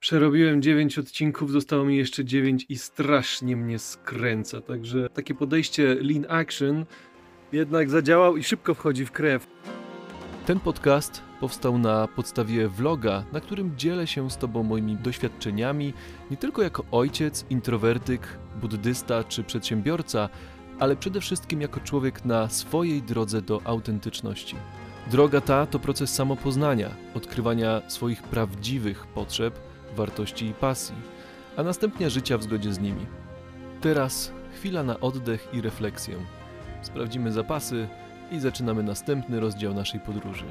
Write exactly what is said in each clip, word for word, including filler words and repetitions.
Przerobiłem dziewięć odcinków, zostało mi jeszcze dziewięć i strasznie mnie skręca, także takie podejście lean action jednak zadziałał i szybko wchodzi w krew. Ten podcast powstał na podstawie vloga, na którym dzielę się z Tobą moimi doświadczeniami, nie tylko jako ojciec, introwertyk, buddysta czy przedsiębiorca, ale przede wszystkim jako człowiek na swojej drodze do autentyczności. Droga ta to proces samopoznania, odkrywania swoich prawdziwych potrzeb, wartości i pasji, a następnie życia w zgodzie z nimi. Teraz chwila na oddech i refleksję. Sprawdzimy zapasy i zaczynamy następny rozdział naszej podróży.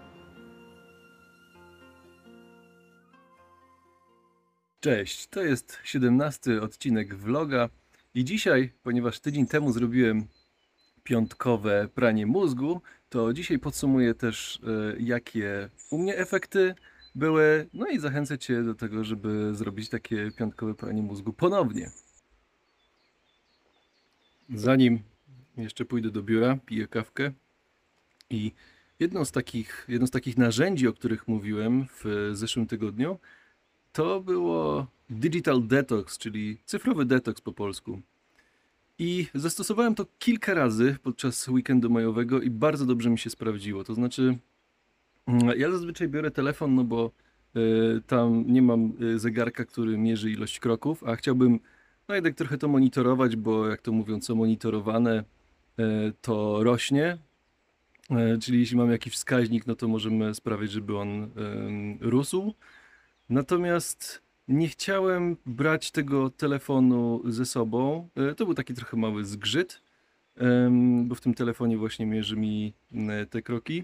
Cześć, to jest siedemnasty odcinek vloga i dzisiaj, ponieważ tydzień temu zrobiłem piątkowe pranie mózgu, to dzisiaj podsumuję też e, jakie u mnie efekty były, no i zachęcę Cię do tego, żeby zrobić takie piątkowe pranie mózgu ponownie. Zanim jeszcze pójdę do biura, piję kawkę i jedną z takich, jedno z takich narzędzi, o których mówiłem w zeszłym tygodniu, to było Digital Detox, czyli cyfrowy detoks po polsku. I zastosowałem to kilka razy podczas weekendu majowego i bardzo dobrze mi się sprawdziło. To znaczy, ja zazwyczaj biorę telefon, no bo y, tam nie mam y, zegarka, który mierzy ilość kroków, a chciałbym no jednak trochę to monitorować, bo jak to mówią, co monitorowane, y, to rośnie. Y, czyli jeśli mam jakiś wskaźnik, no to możemy sprawić, żeby on y, rósł. Natomiast nie chciałem brać tego telefonu ze sobą. E, To był taki trochę mały zgrzyt, em, bo w tym telefonie właśnie mierzy mi e, te kroki.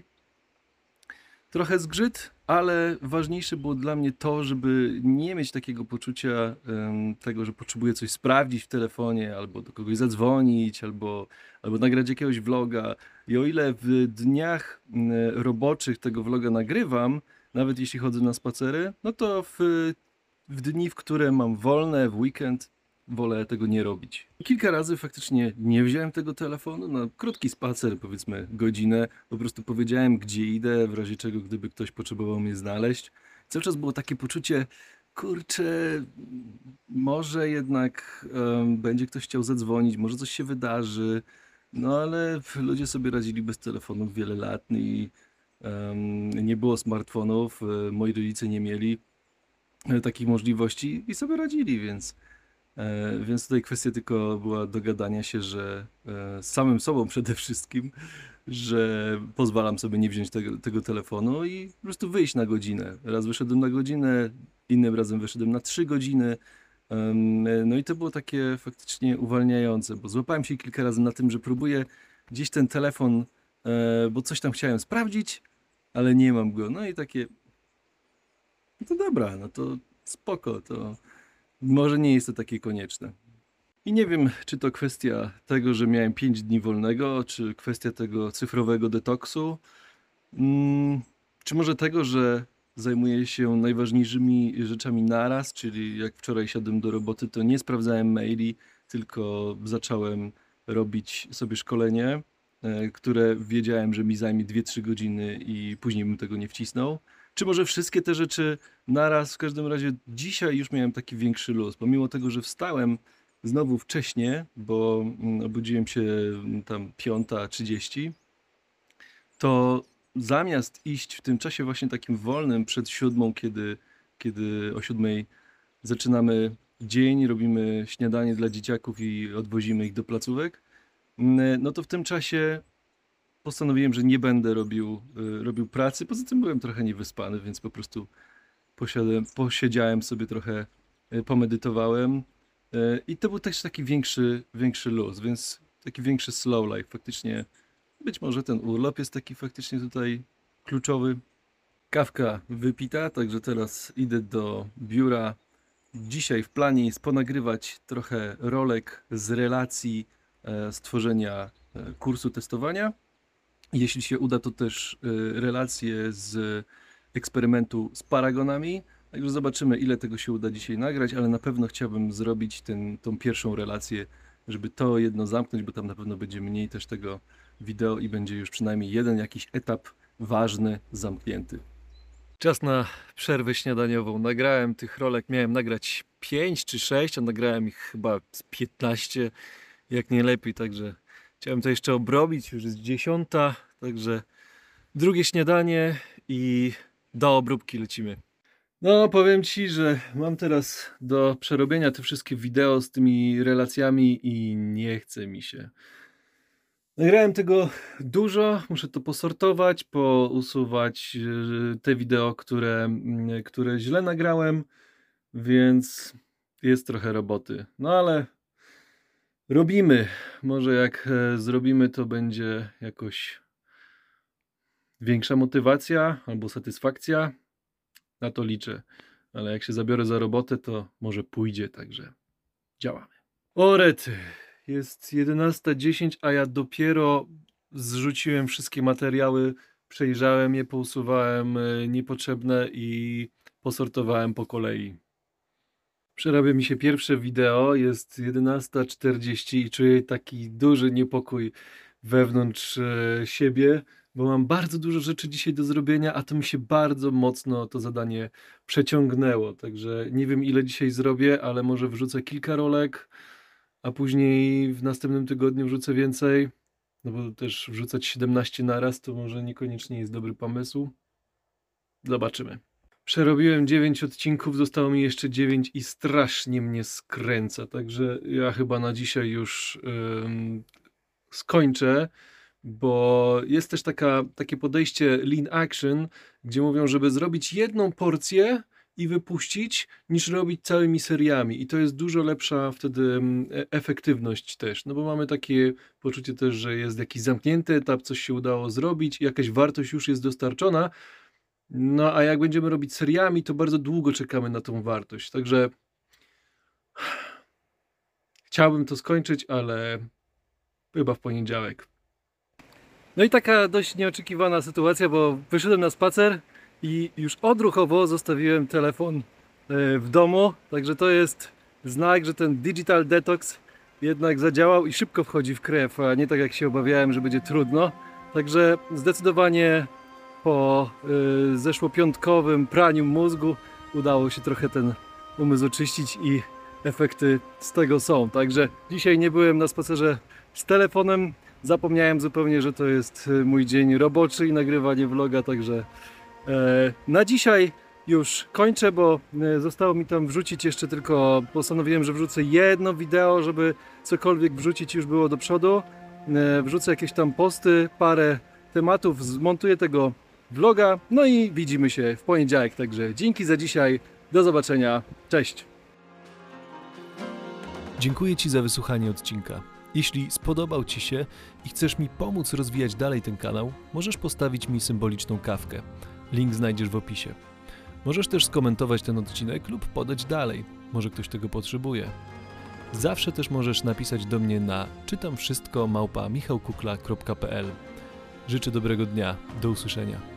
Trochę zgrzyt, ale ważniejsze było dla mnie to, żeby nie mieć takiego poczucia em, tego, że potrzebuję coś sprawdzić w telefonie, albo do kogoś zadzwonić, albo, albo nagrać jakiegoś vloga. I o ile w dniach m, roboczych tego vloga nagrywam, nawet jeśli chodzę na spacery, no to w, w dni, w które mam wolne, w weekend, wolę tego nie robić. Kilka razy faktycznie nie wziąłem tego telefonu na krótki spacer, powiedzmy godzinę. Po prostu powiedziałem, gdzie idę, w razie czego, gdyby ktoś potrzebował mnie znaleźć. Cały czas było takie poczucie, kurczę, może jednak em, będzie ktoś chciał zadzwonić, może coś się wydarzy. No ale ludzie sobie radzili bez telefonów wiele lat i em, nie było smartfonów, e, moi rodzice nie mieli e, takich możliwości i sobie radzili, więc, e, więc tutaj kwestia tylko była dogadania się, że e, z samym sobą przede wszystkim, że pozwalam sobie nie wziąć tego, tego telefonu i po prostu wyjść na godzinę. Raz wyszedłem na godzinę, innym razem wyszedłem na trzy godziny. Em, No i to było takie faktycznie uwalniające, bo złapałem się kilka razy na tym, że próbuję gdzieś ten telefon, e, bo coś tam chciałem sprawdzić, ale nie mam go. No i takie, no to dobra, no to spoko, to może nie jest to takie konieczne. I nie wiem, czy to kwestia tego, że miałem pięć dni wolnego, czy kwestia tego cyfrowego detoksu, mm, czy może tego, że zajmuję się najważniejszymi rzeczami naraz, czyli jak wczoraj siadłem do roboty, to nie sprawdzałem maili, tylko zacząłem robić sobie szkolenie, e, które wiedziałem, że mi zajmie dwie trzy godziny i później bym tego nie wcisnął. Czy może wszystkie te rzeczy naraz? W każdym razie dzisiaj już miałem taki większy luz, pomimo tego, że wstałem znowu wcześnie, bo mm, obudziłem się mm, tam piąta trzydzieści, to zamiast iść w tym czasie właśnie takim wolnym przed siódmą, kiedy, kiedy o siódmej zaczynamy dzień, robimy śniadanie dla dzieciaków i odwozimy ich do placówek, mm, no to w tym czasie postanowiłem, że nie będę robił, y, robił pracy. Poza tym byłem trochę niewyspany, więc po prostu posiadłem, posiedziałem sobie trochę, y, pomedytowałem. Y, I to był też taki większy, większy luz, więc taki większy slow life. Faktycznie być może ten urlop jest taki faktycznie tutaj kluczowy. Kawka wypita, także teraz idę do biura. Dzisiaj w planie jest ponagrywać trochę rolek z relacji e, stworzenia e, kursu testowania. Jeśli się uda, to też e, relacje z eksperymentu z paragonami. Także zobaczymy, ile tego się uda dzisiaj nagrać, ale na pewno chciałbym zrobić ten, tą pierwszą relację, żeby to jedno zamknąć, bo tam na pewno będzie mniej też tego wideo i będzie już przynajmniej jeden jakiś etap ważny zamknięty. Czas na przerwę śniadaniową. Nagrałem tych rolek, miałem nagrać pięć czy sześć, a nagrałem ich chyba z piętnaście, jak nie lepiej, także chciałem to jeszcze obrobić, już jest dziesiąta, także drugie śniadanie i do obróbki lecimy. No, powiem Ci, że mam teraz do przerobienia te wszystkie wideo z tymi relacjami i nie chce mi się. Nagrałem tego dużo, muszę to posortować, pousuwać yy, te wideo, które, yy, które źle nagrałem, więc jest trochę roboty. No ale robimy. Może jak e, zrobimy, to będzie jakoś większa motywacja albo satysfakcja. Na to liczę. Ale jak się zabiorę za robotę, to może pójdzie, także działamy. O rety, jest jedenasta dziesięć, a ja dopiero zrzuciłem wszystkie materiały, przejrzałem je, pousuwałem e, niepotrzebne i posortowałem po kolei. Przerabia mi się pierwsze wideo, jest jedenasta czterdzieści i czuję taki duży niepokój wewnątrz e, siebie, bo mam bardzo dużo rzeczy dzisiaj do zrobienia, a to mi się bardzo mocno to zadanie przeciągnęło. Także nie wiem, ile dzisiaj zrobię, ale może wrzucę kilka rolek, a później w następnym tygodniu wrzucę więcej. No bo też wrzucać siedemnaście naraz to może niekoniecznie jest dobry pomysł. Zobaczymy. Przerobiłem dziewięć odcinków, zostało mi jeszcze dziewięć i strasznie mnie skręca. Także ja chyba na dzisiaj już ym, skończę. Bo jest też taka, takie podejście lean action, gdzie mówią, żeby zrobić jedną porcję i wypuścić, niż robić całymi seriami. I to jest dużo lepsza wtedy efektywność też. No bo mamy takie poczucie też, że jest jakiś zamknięty etap, coś się udało zrobić, jakaś wartość już jest dostarczona. No a jak będziemy robić seriami, to bardzo długo czekamy na tą wartość. Także chciałbym to skończyć, ale chyba w poniedziałek. No i taka dość nieoczekiwana sytuacja, bo wyszedłem na spacer i już odruchowo zostawiłem telefon w domu, także to jest znak, że ten digital detox jednak zadziałał i szybko wchodzi w krew, a nie tak jak się obawiałem, że będzie trudno. Także zdecydowanie po zeszłopiątkowym praniu mózgu udało się trochę ten umysł oczyścić i efekty z tego są. Także dzisiaj nie byłem na spacerze z telefonem. Zapomniałem zupełnie, że to jest mój dzień roboczy i nagrywanie vloga, także e, na dzisiaj już kończę, bo e, zostało mi tam wrzucić jeszcze tylko, postanowiłem, że wrzucę jedno wideo, żeby cokolwiek wrzucić już było do przodu. E, wrzucę jakieś tam posty, parę tematów, zmontuję tego vloga, no i widzimy się w poniedziałek, także dzięki za dzisiaj, do zobaczenia, cześć! Dziękuję Ci za wysłuchanie odcinka. Jeśli spodobał Ci się i chcesz mi pomóc rozwijać dalej ten kanał, możesz postawić mi symboliczną kawkę. Link znajdziesz w opisie. Możesz też skomentować ten odcinek lub podać dalej. Może ktoś tego potrzebuje. Zawsze też możesz napisać do mnie na czytam wszystko małpa michał kukla kropka p l. Życzę dobrego dnia. Do usłyszenia.